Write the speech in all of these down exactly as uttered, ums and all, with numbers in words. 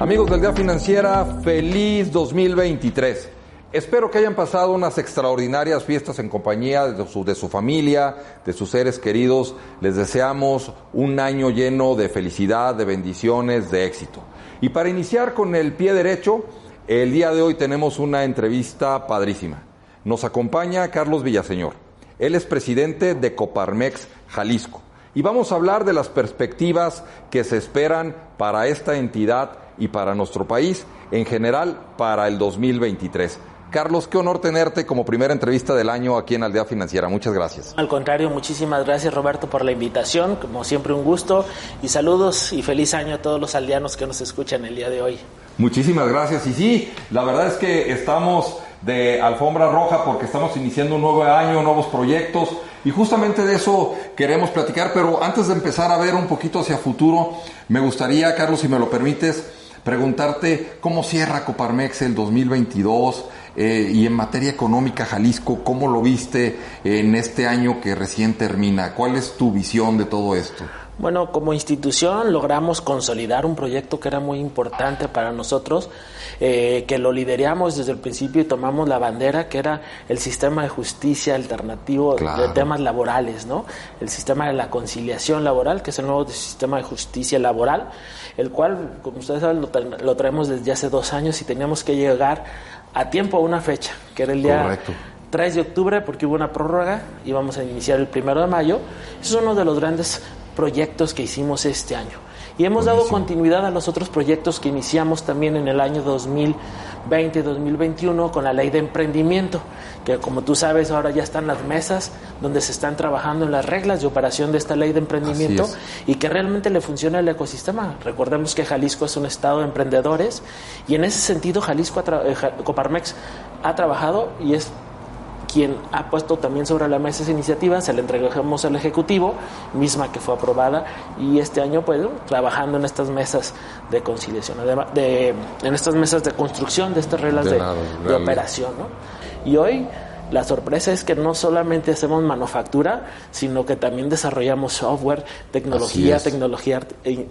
Amigos del Día Financiera, feliz dos mil veintitrés. Espero que hayan pasado unas extraordinarias fiestas en compañía de su, de su familia, de sus seres queridos. Les deseamos un año lleno de felicidad, de bendiciones, de éxito. Y para iniciar con el pie derecho, el día de hoy tenemos una entrevista padrísima. Nos acompaña Carlos Villaseñor. Él es presidente de Coparmex Jalisco. Y vamos a hablar de las perspectivas que se esperan para esta entidad y para nuestro país, en general, para el dos mil veintitrés. Carlos, qué honor tenerte como primera entrevista del año aquí en Aldea Financiera. Muchas gracias. Al contrario, muchísimas gracias, Roberto, por la invitación. Como siempre, un gusto. Y saludos y feliz año a todos los aldeanos que nos escuchan el día de hoy. Muchísimas gracias. Y sí, la verdad es que estamos de alfombra roja porque estamos iniciando un nuevo año, nuevos proyectos. Y justamente de eso queremos platicar. Pero antes de empezar a ver un poquito hacia futuro, me gustaría, Carlos, si me lo permites, preguntarte cómo cierra Coparmex el dos mil veintidós eh, y en materia económica Jalisco, ¿cómo lo viste en este año que recién termina? ¿Cuál es tu visión de todo esto? Bueno, como institución logramos consolidar un proyecto que era muy importante para nosotros, eh, que lo lideramos desde el principio y tomamos la bandera, que era el sistema de justicia alternativo, claro, de temas laborales, ¿no? El sistema de la conciliación laboral, que es el nuevo sistema de justicia laboral, el cual, como ustedes saben, lo, tra- lo traemos desde hace dos años y teníamos que llegar a tiempo a una fecha, que era el día Correcto. tres de octubre, porque hubo una prórroga, íbamos a iniciar el primero de mayo. Eso es uno de los grandes proyectos que hicimos este año. Y hemos Buenísimo. dado continuidad a los otros proyectos que iniciamos también en el año dos mil veinte dos mil veintiuno con la ley de emprendimiento, que como tú sabes ahora ya están las mesas donde se están trabajando en las reglas de operación de esta ley de emprendimiento y que realmente le funciona el ecosistema. Recordemos que Jalisco es un estado de emprendedores y en ese sentido Jalisco, Coparmex ha trabajado y es quien ha puesto también sobre la mesa esa iniciativa. Se la entregamos al Ejecutivo, misma que fue aprobada, y este año pues trabajando en estas mesas de conciliación, de, de, en estas mesas de construcción de estas reglas de, de, de operación, ¿no? Y hoy la sorpresa es que no solamente hacemos manufactura, sino que también desarrollamos software, tecnología, tecnología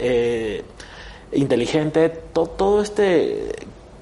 eh, inteligente, to, todo este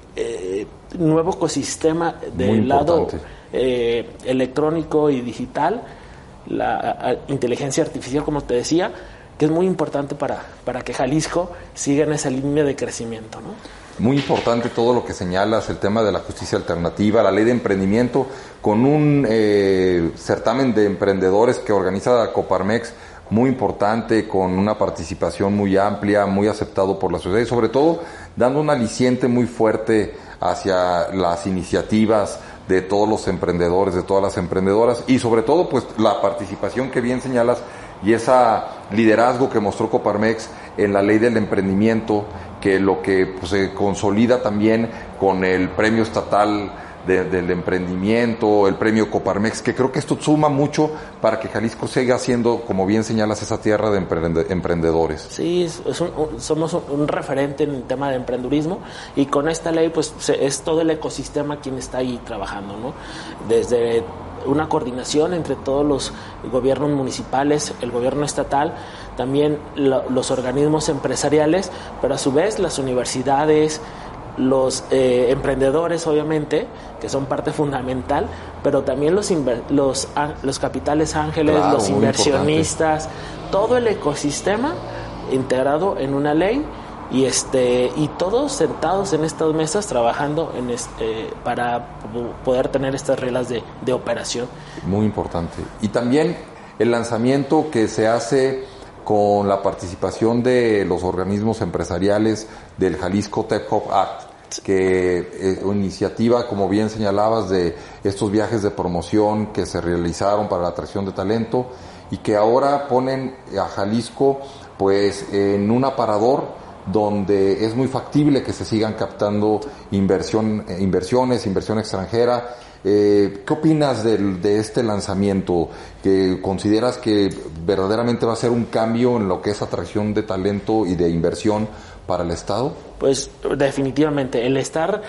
eh, nuevo ecosistema del lado Eh, electrónico y digital, la a, inteligencia artificial, como te decía, que es muy importante para, para que Jalisco siga en esa línea de crecimiento, ¿no? Muy importante todo lo que señalas, el tema de la justicia alternativa, la ley de emprendimiento, con un eh, certamen de emprendedores que organiza Coparmex, muy importante, con una participación muy amplia, muy aceptado por la sociedad y sobre todo dando un aliciente muy fuerte hacia las iniciativas de todos los emprendedores, de todas las emprendedoras y sobre todo pues la participación que bien señalas y ese liderazgo que mostró Coparmex en la ley del emprendimiento, que lo que pues, se consolida también con el premio estatal de, del emprendimiento, el premio Coparmex, que creo que esto suma mucho para que Jalisco siga siendo, como bien señalas, esa tierra de emprende, emprendedores. Sí, es, es un, un, somos un, un referente en el tema de emprendurismo y con esta ley pues se, es todo el ecosistema quien está ahí trabajando, ¿no? Desde una coordinación entre todos los gobiernos municipales, el gobierno estatal, también lo, los organismos empresariales, pero a su vez las universidades, los eh, emprendedores, obviamente, que son parte fundamental, pero también los inver- los, los capitales ángeles, claro, los inversionistas, importante. Todo el ecosistema integrado en una ley y este y todos sentados en estas mesas trabajando en este, para poder tener estas reglas de, de operación. Muy importante. Y también el lanzamiento que se hace con la participación de los organismos empresariales del Jalisco Tech Hub Act, que es una iniciativa, como bien señalabas, de estos viajes de promoción que se realizaron para la atracción de talento y que ahora ponen a Jalisco pues en un aparador donde es muy factible que se sigan captando inversión, inversiones, inversión extranjera. Eh, ¿Qué opinas de, de este lanzamiento? ¿Que consideras que verdaderamente va a ser un cambio en lo que es atracción de talento y de inversión para el Estado? Pues definitivamente, el estar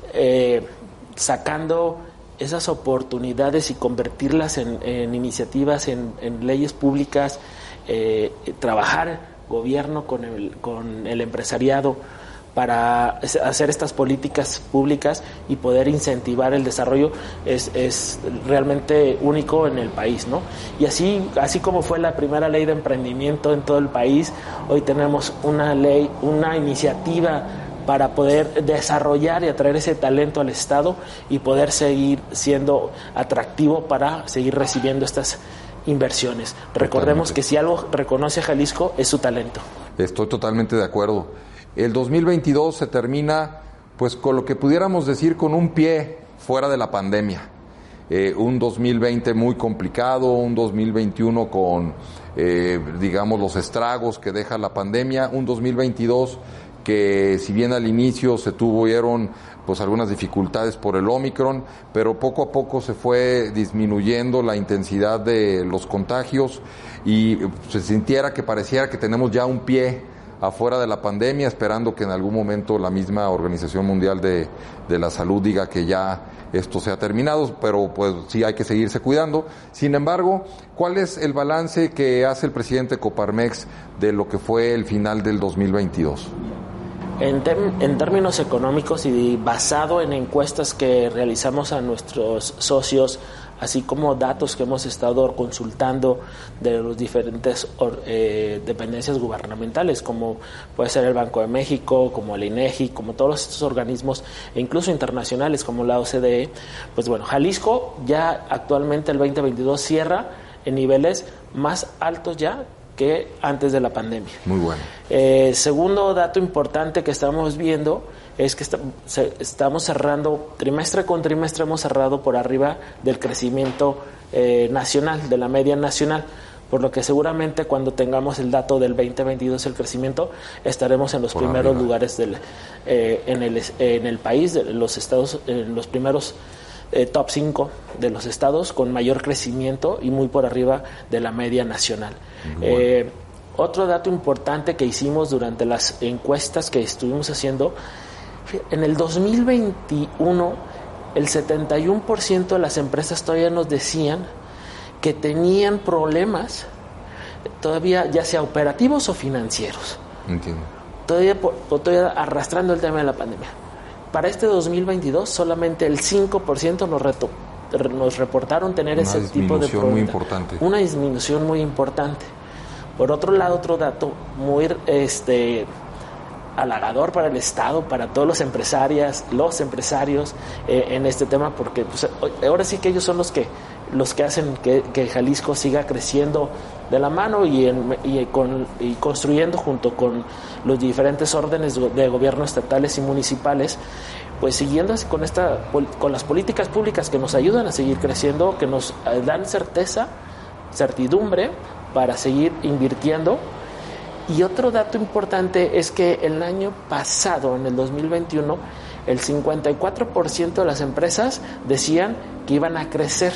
eh, sacando esas oportunidades y convertirlas en, en iniciativas, en, en leyes públicas, eh, trabajar gobierno con el, con el empresariado para hacer estas políticas públicas y poder incentivar el desarrollo es, es realmente único en el país, ¿no? Y así, así como fue la primera ley de emprendimiento en todo el país, hoy tenemos una ley, una iniciativa para poder desarrollar y atraer ese talento al Estado y poder seguir siendo atractivo para seguir recibiendo estas inversiones. Recordemos Totalmente. que si algo reconoce a Jalisco es su talento. Estoy totalmente de acuerdo. El dos mil veintidós se termina, pues, con lo que pudiéramos decir con un pie fuera de la pandemia. Eh, un dos mil veinte muy complicado, un dos mil veintiuno con, eh, digamos, los estragos que deja la pandemia, un dos mil veintidós que si bien al inicio se tuvieron pues algunas dificultades por el Omicron, pero poco a poco se fue disminuyendo la intensidad de los contagios y se sintiera que pareciera que tenemos ya un pie afuera de la pandemia, esperando que en algún momento la misma Organización Mundial de, de la Salud diga que ya esto se ha terminado, pero pues sí hay que seguirse cuidando. Sin embargo, ¿cuál es el balance que hace el presidente Coparmex de lo que fue el final del dos mil veintidós? En, tem- en términos económicos y basado en encuestas que realizamos a nuestros socios, así como datos que hemos estado consultando de los diferentes or, eh, dependencias gubernamentales, como puede ser el Banco de México, como el INEGI, como todos estos organismos, e incluso internacionales como la O C D E, pues bueno, Jalisco ya actualmente el veinte veintidós cierra en niveles más altos ya que antes de la pandemia. Muy bueno. Eh, segundo dato importante que estamos viendo es que está, se, estamos cerrando, trimestre con trimestre hemos cerrado por arriba del crecimiento eh, nacional, de la media nacional, por lo que seguramente cuando tengamos el dato del veinte veintidós, el crecimiento, estaremos en los por primeros arriba. lugares del, eh, en, el, en el país, de los estados, en los primeros Eh, top cinco de los estados con mayor crecimiento y muy por arriba de la media nacional. Bueno. Eh, otro dato importante que hicimos durante las encuestas que estuvimos haciendo, en el dos mil veintiuno el setenta y uno por ciento de las empresas todavía nos decían que tenían problemas todavía ya sea operativos o financieros. Entiendo. Todavía, todavía arrastrando el tema de la pandemia. Para este dos mil veintidós solamente el cinco por ciento nos, reto, nos reportaron tener una ese tipo de problema. Muy importante. Una disminución muy importante. Por otro lado, otro dato muy este, halagador para el Estado, para todos los empresarias, los empresarios eh, en este tema, porque pues, ahora sí que ellos son los que los que hacen que, que Jalisco siga creciendo de la mano y, en, y, con, y construyendo junto con los diferentes órdenes de gobierno estatales y municipales, pues siguiendo con esta con las políticas públicas que nos ayudan a seguir creciendo, que nos dan certeza, certidumbre para seguir invirtiendo. Y otro dato importante es que el año pasado, en el dos mil veintiuno, el cincuenta y cuatro por ciento de las empresas decían que iban a crecer.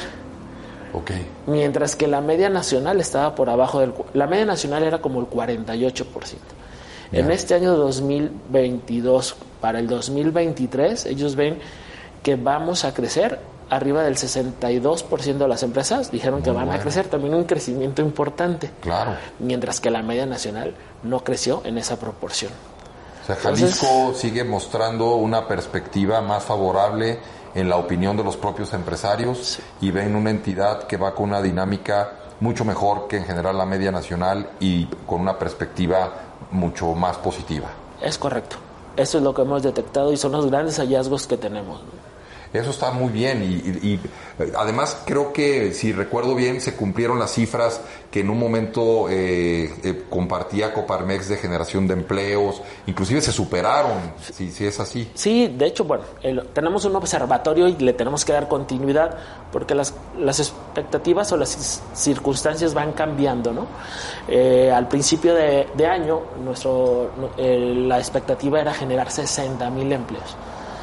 Okay. Mientras que la media nacional estaba por abajo del... La media nacional era como el cuarenta y ocho por ciento. Yeah. En este año dos mil veintidós, para el dos mil veintitrés, ellos ven que vamos a crecer arriba del sesenta y dos por ciento de las empresas dijeron Muy que van bueno. a crecer, también un crecimiento importante. Claro. Mientras que la media nacional no creció en esa proporción. O sea, Jalisco Entonces, sigue mostrando una perspectiva más favorable en la opinión de los propios empresarios sí. y ven una entidad que va con una dinámica mucho mejor que en general la media nacional y con una perspectiva mucho más positiva. Es correcto. Eso es lo que hemos detectado y son los grandes hallazgos que tenemos. Eso está muy bien y, y, y además creo que, si recuerdo bien, se cumplieron las cifras que en un momento eh, eh, compartía Coparmex de generación de empleos, inclusive se superaron, si, si es así. Sí, de hecho, bueno, el, tenemos un observatorio y le tenemos que dar continuidad porque las, las expectativas o las circunstancias van cambiando, ¿no? Eh, al principio de, de año, nuestro, eh, la expectativa era generar sesenta mil empleos.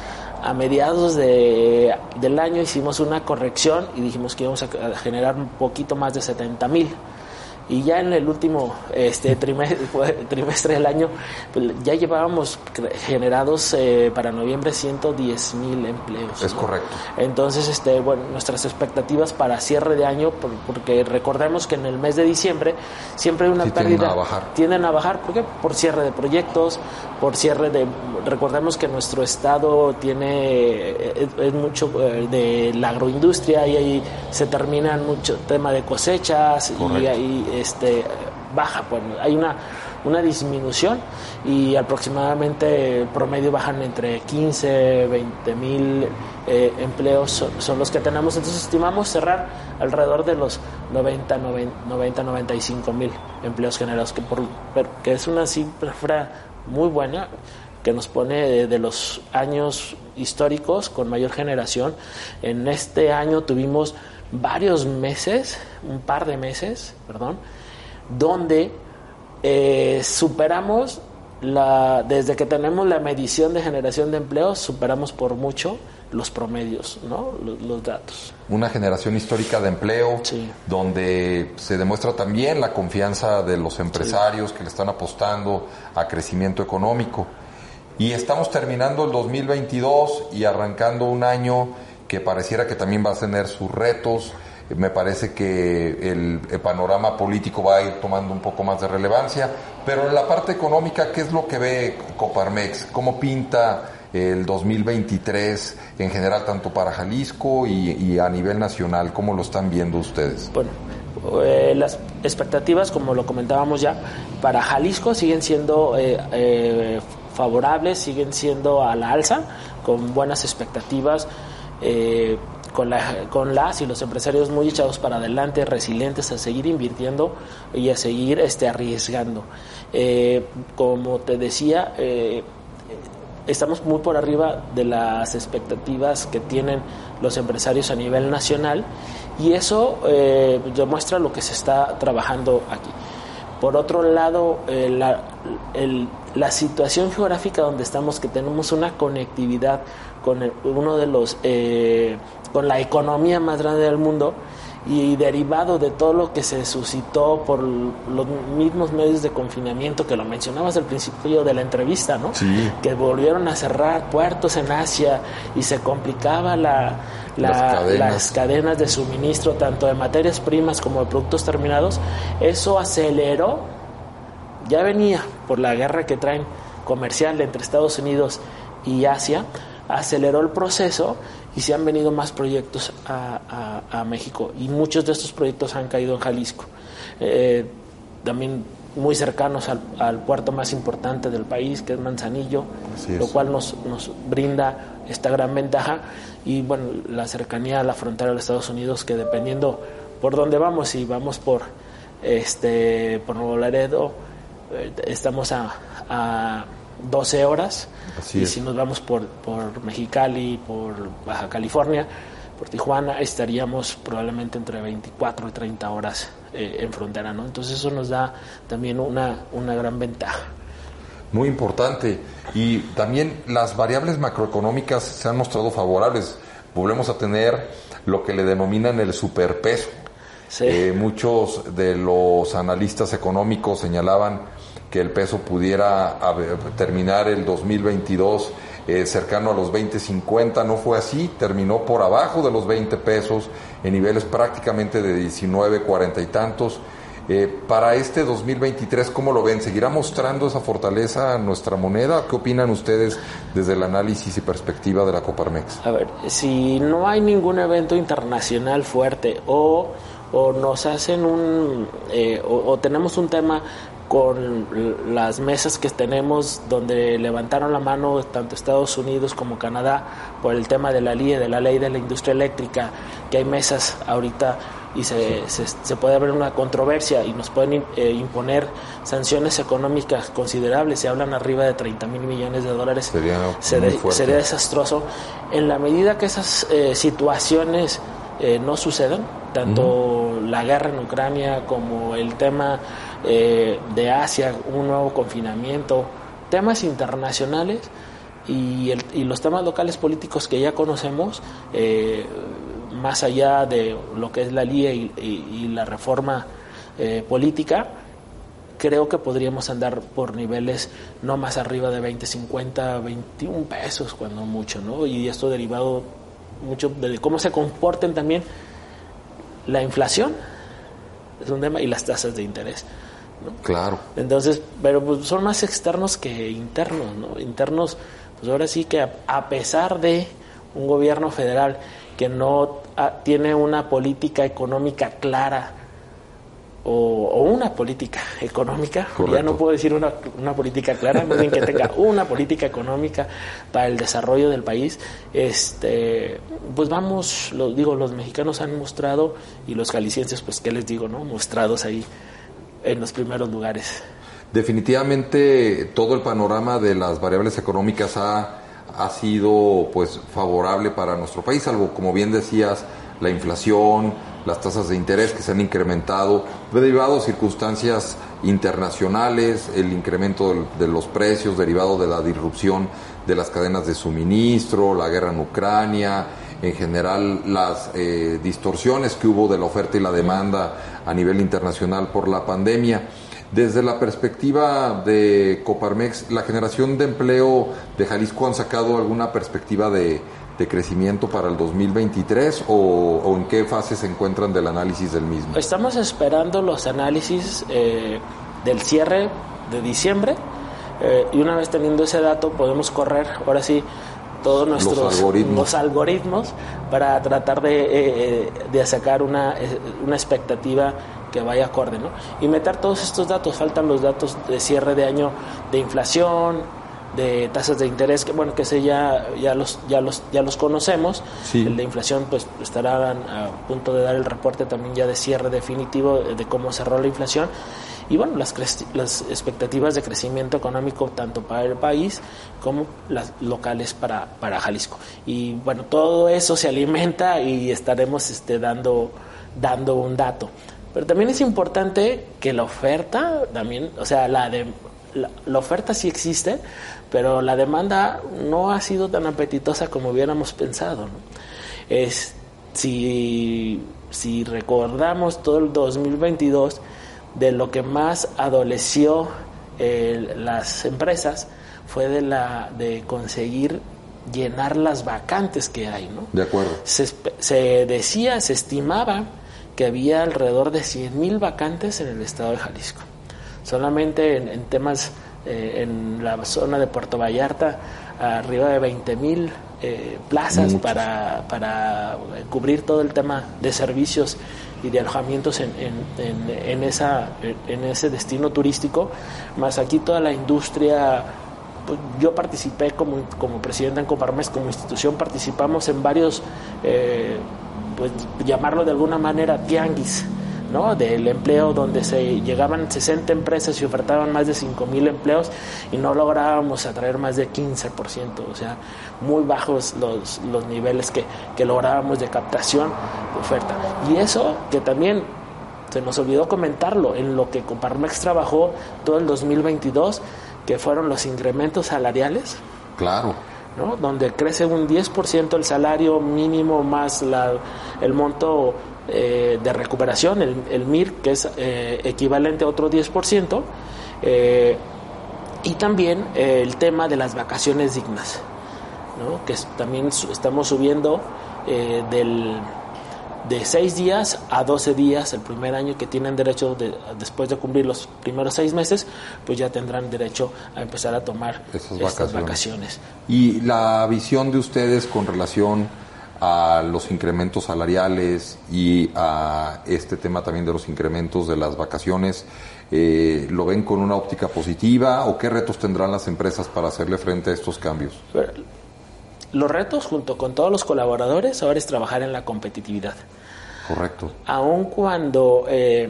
A mediados de, del año hicimos una corrección y dijimos que íbamos a generar un poquito más de setenta mil. y ya en el último este trimestre, trimestre del año pues, ya llevábamos generados eh, para noviembre ciento diez mil empleos. Es ¿no? correcto. Entonces, este, bueno, nuestras expectativas para cierre de año, por, porque recordemos que en el mes de diciembre siempre hay una sí, pérdida. Tienden a bajar. Tienden a bajar, ¿por qué? Por cierre de proyectos, por cierre de... Recordemos que nuestro estado tiene, es, es mucho eh, de la agroindustria y ahí se termina mucho tema de cosechas. Correcto. Y ahí este, baja, pues hay una, una disminución y aproximadamente el promedio bajan entre quince, veinte mil eh, empleos son, son los que tenemos. Entonces estimamos cerrar alrededor de los noventa, noventa y cinco mil empleos generados, que, por, que es una cifra muy buena, que nos pone de, de los años históricos con mayor generación. En este año tuvimos varios meses, un par de meses, perdón, donde eh, superamos, la, desde que tenemos la medición de generación de empleos, superamos por mucho los promedios, ¿no? Los, los datos. Una generación histórica de empleo, sí. donde se demuestra también la confianza de los empresarios sí. que le están apostando a crecimiento económico. Y estamos terminando el dos mil veintidós y arrancando un año que pareciera que también va a tener sus retos. Me parece que el, el panorama político va a ir tomando un poco más de relevancia, pero en la parte económica, ¿qué es lo que ve Coparmex? ¿Cómo pinta el dos mil veintitrés en general, tanto para Jalisco y, y a nivel nacional? ¿Cómo lo están viendo ustedes? Bueno, eh, las expectativas, como lo comentábamos ya, para Jalisco siguen siendo eh, eh, favorables, siguen siendo a la alza, con buenas expectativas, eh, con, la, con las y los empresarios muy echados para adelante, resilientes a seguir invirtiendo y a seguir este, arriesgando. Eh, como te decía, eh, estamos muy por arriba de las expectativas que tienen los empresarios a nivel nacional y eso eh, demuestra lo que se está trabajando aquí. Por otro lado, eh, la, el, la situación geográfica donde estamos, que tenemos una conectividad con el, uno de los, eh, con la economía más grande del mundo y derivado de todo lo que se suscitó por los mismos medios de confinamiento que lo mencionabas al principio de la entrevista, ¿no? Sí. Que volvieron a cerrar puertos en Asia y se complicaba la, la, las, cadenas. las cadenas de suministro tanto de materias primas como de productos terminados. Eso aceleró, ya venía por la guerra que traen comercial entre Estados Unidos y Asia, aceleró el proceso y se han venido más proyectos a, a, a México y muchos de estos proyectos han caído en Jalisco, eh, también muy cercanos al, al puerto más importante del país, que es Manzanillo, es. Lo cual nos, nos brinda esta gran ventaja y bueno, la cercanía a la frontera de los Estados Unidos, que dependiendo por dónde vamos, si vamos por este por Nuevo Laredo, eh, estamos a, a doce horas. Así y es. Si nos vamos por, por Mexicali, por Baja California, por Tijuana, estaríamos probablemente entre veinticuatro y treinta horas eh, en frontera, ¿no? Entonces eso nos da también una, una gran ventaja. Muy importante. Y también las variables macroeconómicas se han mostrado favorables. Volvemos a tener lo que le denominan el superpeso. Sí. Eh, muchos de los analistas económicos señalaban que el peso pudiera haber, terminar el dos mil veintidós eh, cercano a los veinte cincuenta. No fue así, terminó por abajo de los veinte pesos, en niveles prácticamente de diecinueve, cuarenta y tantos. Eh, para este dos mil veintitrés, ¿cómo lo ven? ¿Seguirá mostrando esa fortaleza nuestra moneda? ¿Qué opinan ustedes desde el análisis y perspectiva de la Coparmex? A ver, si no hay ningún evento internacional fuerte o, o nos hacen un... Eh, o, o tenemos un tema con las mesas que tenemos donde levantaron la mano tanto Estados Unidos como Canadá por el tema de la L I E, de la ley de la industria eléctrica, que hay mesas ahorita y se, se, se puede haber una controversia y nos pueden eh, imponer sanciones económicas considerables, se hablan arriba de treinta mil millones de dólares, sería, sería, sería desastroso. En la medida que esas eh, situaciones eh, no sucedan, tanto uh-huh. la guerra en Ucrania como el tema eh, de Asia, un nuevo confinamiento, temas internacionales y, el, y los temas locales políticos que ya conocemos, eh, más allá de lo que es la L I E y, y, y la reforma eh, política, creo que podríamos andar por niveles no más arriba de veinte, cincuenta, veintiún pesos cuando mucho, ¿no? Y esto derivado mucho de cómo se comporten también la inflación, es un tema, y las tasas de interés, ¿no? Claro. Entonces, pero pues son más externos que internos, ¿no? Internos, pues ahora sí que a, a pesar de un gobierno federal que no a, tiene una política económica clara, O, o una política económica, correcto, ya no puedo decir una, una política clara, más bien que tenga una política económica para el desarrollo del país, este, pues vamos, lo digo, los mexicanos han mostrado, y los jaliscienses, pues qué les digo, ¿no? Mostrados ahí en los primeros lugares. Definitivamente todo el panorama de las variables económicas ha, ha sido pues favorable para nuestro país, salvo, como bien decías, la inflación, las tasas de interés que se han incrementado, derivado de circunstancias internacionales, el incremento de, de los precios derivado de la disrupción de las cadenas de suministro, la guerra en Ucrania, en general las eh, distorsiones que hubo de la oferta y la demanda a nivel internacional por la pandemia. Desde la perspectiva de Coparmex, ¿la generación de empleo de Jalisco han sacado alguna perspectiva de de crecimiento para el dos mil veintitrés o, o en qué fase se encuentran del análisis del mismo? Estamos esperando los análisis eh, del cierre de diciembre eh, y una vez teniendo ese dato podemos correr ahora sí todos nuestros los algoritmos, los algoritmos para tratar de, eh, de sacar una, una expectativa que vaya acorde, ¿no? Y meter todos estos datos. Faltan los datos de cierre de año de inflación, de tasas de interés, que bueno, que ese ya ya los ya los ya los conocemos. Sí. El de inflación pues estará a punto de dar el reporte también ya de cierre definitivo de cómo cerró la inflación. Y bueno, las cre- las expectativas de crecimiento económico tanto para el país como las locales para para Jalisco. Y bueno, todo eso se alimenta y estaremos este dando dando un dato. Pero también es importante que la oferta también, o sea, la de La, la oferta sí existe, pero la demanda no ha sido tan apetitosa como hubiéramos pensado, ¿no? Es, si, si recordamos todo el dos mil veintidós, de lo que más adoleció eh, las empresas fue de, la, de conseguir llenar las vacantes que hay, ¿no? De acuerdo. Se, se decía, se estimaba que había alrededor de cien mil vacantes en el estado de Jalisco. Solamente en, en temas, eh, en la zona de Puerto Vallarta, arriba de veinte mil eh, plazas para, para cubrir todo el tema de servicios y de alojamientos en, en, en, en, esa, en ese destino turístico, más aquí toda la industria. Pues yo participé como, como presidente en Coparmex, como institución, participamos en varios, eh, pues llamarlo de alguna manera, tianguis, ¿no? Del empleo, donde se llegaban sesenta empresas y ofertaban más de cinco mil empleos y no lográbamos atraer más de quince por ciento, o sea, muy bajos los, los niveles que, que lográbamos de captación de oferta. Y eso que también se nos olvidó comentarlo, en lo que Coparmex trabajó todo el dos mil veintidós, que fueron los incrementos salariales. Claro. ¿No? Donde crece un diez por ciento el salario mínimo más la, el monto eh, de recuperación, el, el M I R, que es eh, equivalente a otro diez por ciento, eh, y también eh, el tema de las vacaciones dignas, ¿no? Que es, también su, estamos subiendo eh, del de seis días a doce días el primer año que tienen derecho, de, después de cumplir los primeros seis meses, pues ya tendrán derecho a empezar a tomar esas estas vacaciones. vacaciones. Y la visión de ustedes con relación a los incrementos salariales y a este tema también de los incrementos de las vacaciones, eh, ¿lo ven con una óptica positiva o qué retos tendrán las empresas para hacerle frente a estos cambios? Pero, los retos, junto con todos los colaboradores, ahora es trabajar en la competitividad. Correcto. Aun cuando eh,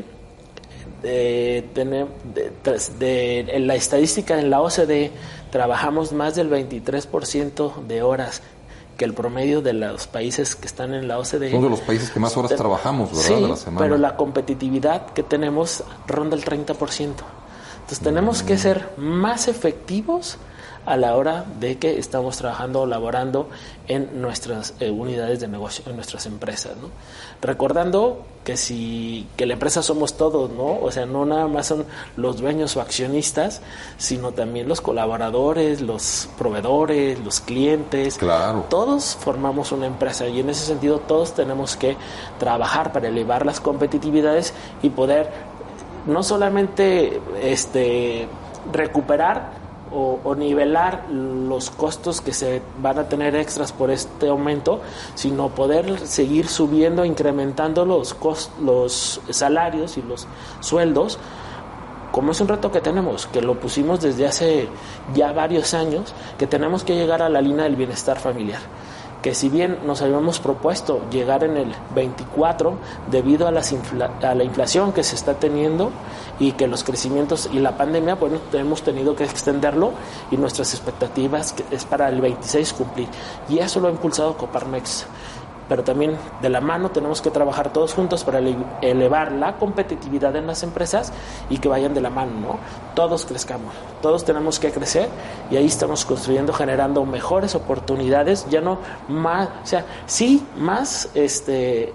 de, de, de, de, en la estadística en la O C D E trabajamos más del veintitrés por ciento de horas que el promedio de los países que están en la O C D E. Somos de los países que más horas trabajamos, ¿verdad? Sí, de la semana. Pero la competitividad que tenemos ronda el treinta por ciento. Entonces tenemos que ser más efectivos a la hora de que estamos trabajando o laborando en nuestras eh, unidades de negocio, en nuestras empresas, ¿no? Recordando que si que la empresa somos todos, ¿no? O sea, no nada más son los dueños o accionistas, sino también los colaboradores, los proveedores, los clientes. Claro. Todos formamos una empresa y en ese sentido todos tenemos que trabajar para elevar las competitividades y poder no solamente este recuperar O, o nivelar los costos que se van a tener extras por este aumento, sino poder seguir subiendo, incrementando los cost, los salarios y los sueldos, como es un reto que tenemos, que lo pusimos desde hace ya varios años, que tenemos que llegar a la línea del bienestar familiar. Que si bien nos habíamos propuesto llegar en el veinticuatro debido a, las infla, a la inflación que se está teniendo y que los crecimientos y la pandemia, bueno, hemos tenido que extenderlo y nuestras expectativas es para el veintiséis cumplir. Y eso lo ha impulsado Coparmex. Pero también de la mano tenemos que trabajar todos juntos para elevar la competitividad en las empresas y que vayan de la mano, ¿no? Todos crezcamos, todos tenemos que crecer y ahí estamos construyendo, generando mejores oportunidades, ya no más, o sea, sí, más, este,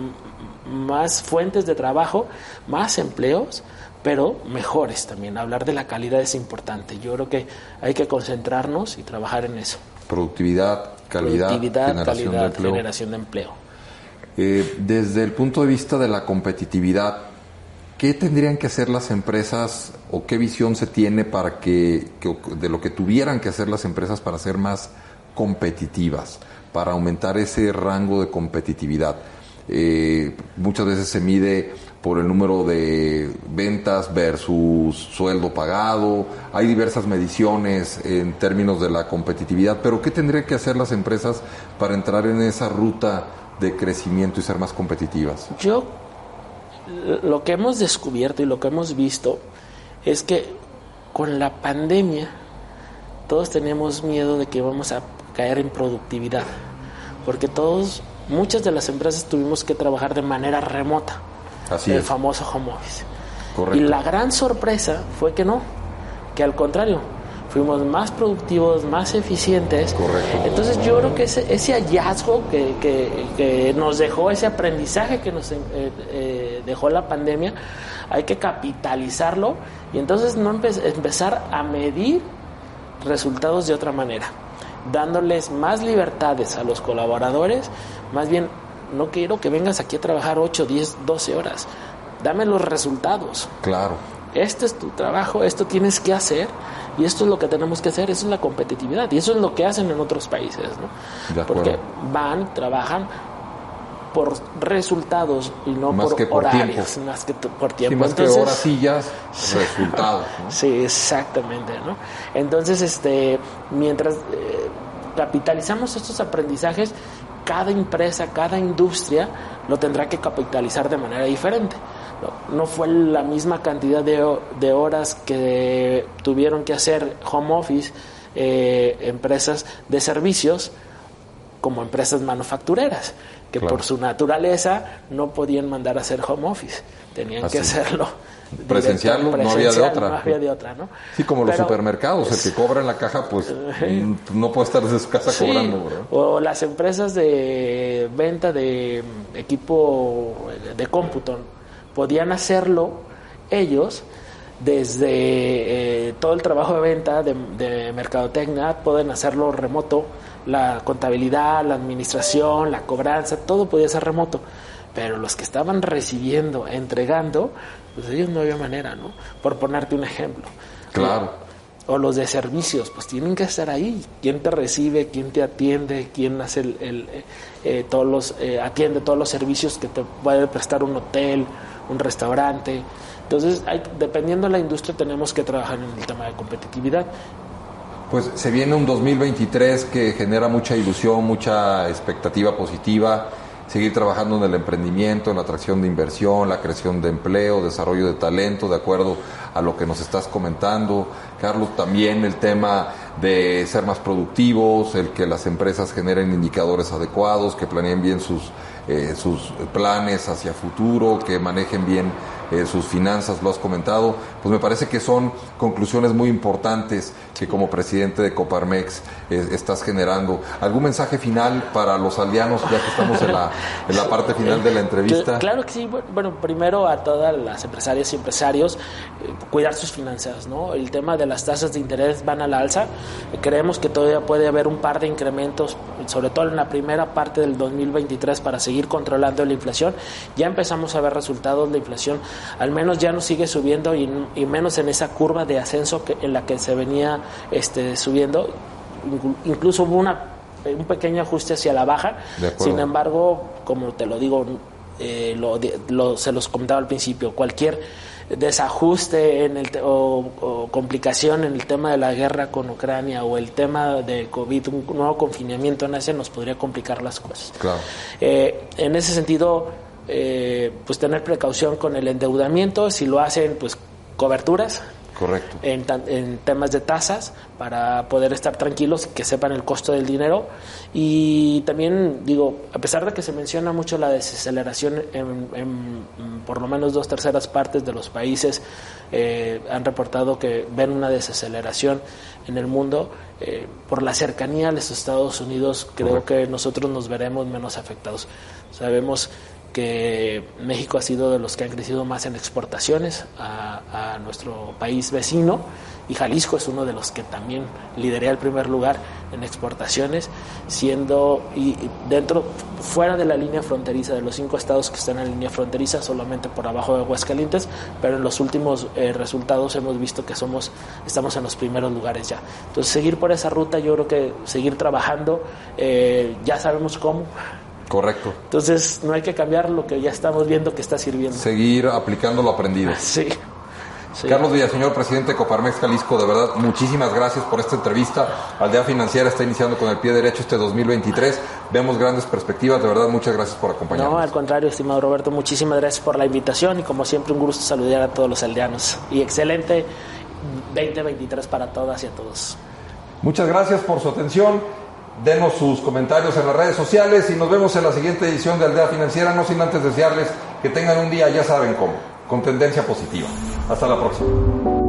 más fuentes de trabajo, más empleos, pero mejores también. Hablar de la calidad es importante. Yo creo que hay que concentrarnos y trabajar en eso. Productividad, calidad, Productividad, generación, calidad, de empleo. generación de empleo. Eh, desde el punto de vista de la competitividad, ¿qué tendrían que hacer las empresas o qué visión se tiene para que, que de lo que tuvieran que hacer las empresas para ser más competitivas, para aumentar ese rango de competitividad? Eh, muchas veces se mide por el número de ventas versus sueldo pagado. Hay diversas mediciones en términos de la competitividad, pero ¿qué tendrían que hacer las empresas para entrar en esa ruta de crecimiento y ser más competitivas? Yo, lo que hemos descubierto y lo que hemos visto es que con la pandemia todos teníamos miedo de que íbamos a caer en productividad, porque todos, muchas de las empresas tuvimos que trabajar de manera remota. Así el es. famoso home office. Correcto. Y la gran sorpresa fue que no, que al contrario, fuimos más productivos, más eficientes. Correcto. Entonces yo creo que ese, ese hallazgo que, que, que nos dejó, ese aprendizaje que nos eh, eh, dejó la pandemia, hay que capitalizarlo y entonces no empe- empezar a medir resultados de otra manera, dándoles más libertades a los colaboradores, más bien. No quiero que vengas aquí a trabajar ocho, diez, doce horas. Dame los resultados. Claro. Este es tu trabajo, esto tienes que hacer y esto es lo que tenemos que hacer. Eso es la competitividad y eso es lo que hacen en otros países, ¿no? De acuerdo. Porque van, trabajan por resultados y no más por, que por horarios, tiempo. más que t- por tiempo. Sí, más Entonces, que horas, sillas, resultados, ¿no? Sí, exactamente, ¿no? Entonces, este, mientras eh, capitalizamos estos aprendizajes, cada empresa, cada industria lo tendrá que capitalizar de manera diferente. No, no fue la misma cantidad de, de horas que tuvieron que hacer home office eh, empresas de servicios como empresas manufactureras, que claro. por su naturaleza no podían mandar a hacer home office, tenían Así. que hacerlo. Presenciarlo, directo, no había de otra. No había de otra, ¿no? Sí, como los Pero, supermercados, el que cobra en la caja, pues eh, no puede estar desde su casa sí, cobrando, ¿verdad? O las empresas de venta de equipo de cómputo podían hacerlo ellos desde eh, todo el trabajo de venta, de, de mercadotecnia, pueden hacerlo remoto, la contabilidad, la administración, la cobranza, todo podía ser remoto. Pero los que estaban recibiendo, entregando, pues ellos no había manera, ¿no? Por ponerte un ejemplo. Claro. O, o los de servicios, pues tienen que estar ahí. ¿Quién te recibe? ¿Quién te atiende? ¿Quién hace el, el eh, todos los eh, atiende todos los servicios que te puede prestar un hotel, un restaurante? Entonces, hay, dependiendo de la industria, tenemos que trabajar en el tema de competitividad. Pues se viene un dos mil veintitrés que genera mucha ilusión, mucha expectativa positiva. Seguir trabajando en el emprendimiento, en la atracción de inversión, la creación de empleo, desarrollo de talento, de acuerdo a lo que nos estás comentando. Carlos, también el tema de ser más productivos, el que las empresas generen indicadores adecuados, que planeen bien sus, eh, sus planes hacia futuro, que manejen bien eh, sus finanzas, lo has comentado, pues me parece que son conclusiones muy importantes que como presidente de Coparmex eh, estás generando. ¿Algún mensaje final para los aldeanos, ya que estamos en la, en la parte final de la entrevista? Claro que sí. Bueno, primero a todas las empresarias y empresarios, eh, cuidar sus finanzas, ¿no? El tema de las tasas de interés van a la alza. Eh, creemos que todavía puede haber un par de incrementos, sobre todo en la primera parte del dos mil veintitrés, para seguir controlando la inflación. Ya empezamos a ver resultados. La inflación al menos ya no sigue subiendo y, y menos en esa curva de ascenso que, en la que se venía este, subiendo. Incluso hubo una, un pequeño ajuste hacia la baja. Sin embargo, como te lo digo, eh, lo, lo, se los comentaba al principio, cualquier desajuste en el te- o, o complicación en el tema de la guerra con Ucrania o el tema de COVID, un nuevo confinamiento en Asia, nos podría complicar las cosas. Claro. Eh, en ese sentido, eh, pues tener precaución con el endeudamiento. Si lo hacen, pues coberturas. Correcto. En, en temas de tasas, para poder estar tranquilos, que sepan el costo del dinero. Y también, digo, a pesar de que se menciona mucho la desaceleración en, en, en por lo menos dos terceras partes de los países, eh, han reportado que ven una desaceleración en el mundo, eh, por la cercanía a los Estados Unidos, creo Correcto. que nosotros nos veremos menos afectados. Sabemos que México ha sido de los que han crecido más en exportaciones a, a nuestro país vecino, y Jalisco es uno de los que también lidera el primer lugar en exportaciones, siendo y, y dentro, fuera de la línea fronteriza, de los cinco estados que están en la línea fronteriza, solamente por abajo de Aguascalientes, pero en los últimos eh, resultados hemos visto que somos estamos en los primeros lugares ya. Entonces, seguir por esa ruta, yo creo que seguir trabajando, eh, ya sabemos cómo. Correcto. Entonces no hay que cambiar lo que ya estamos viendo que está sirviendo. Seguir aplicando lo aprendido. Sí. sí. Carlos Villaseñor, presidente de Coparmex Jalisco, de verdad, muchísimas gracias por esta entrevista. Aldea Financiera está iniciando con el pie derecho este dos mil veintitrés. Vemos grandes perspectivas, de verdad, muchas gracias por acompañarnos. No, al contrario, estimado Roberto, muchísimas gracias por la invitación y como siempre un gusto saludar a todos los aldeanos. Y excelente veinte veintitrés para todas y a todos. Muchas gracias por su atención. Denos sus comentarios en las redes sociales y nos vemos en la siguiente edición de Aldea Financiera, no sin antes desearles que tengan un día, ya saben cómo, con tendencia positiva. Hasta la próxima.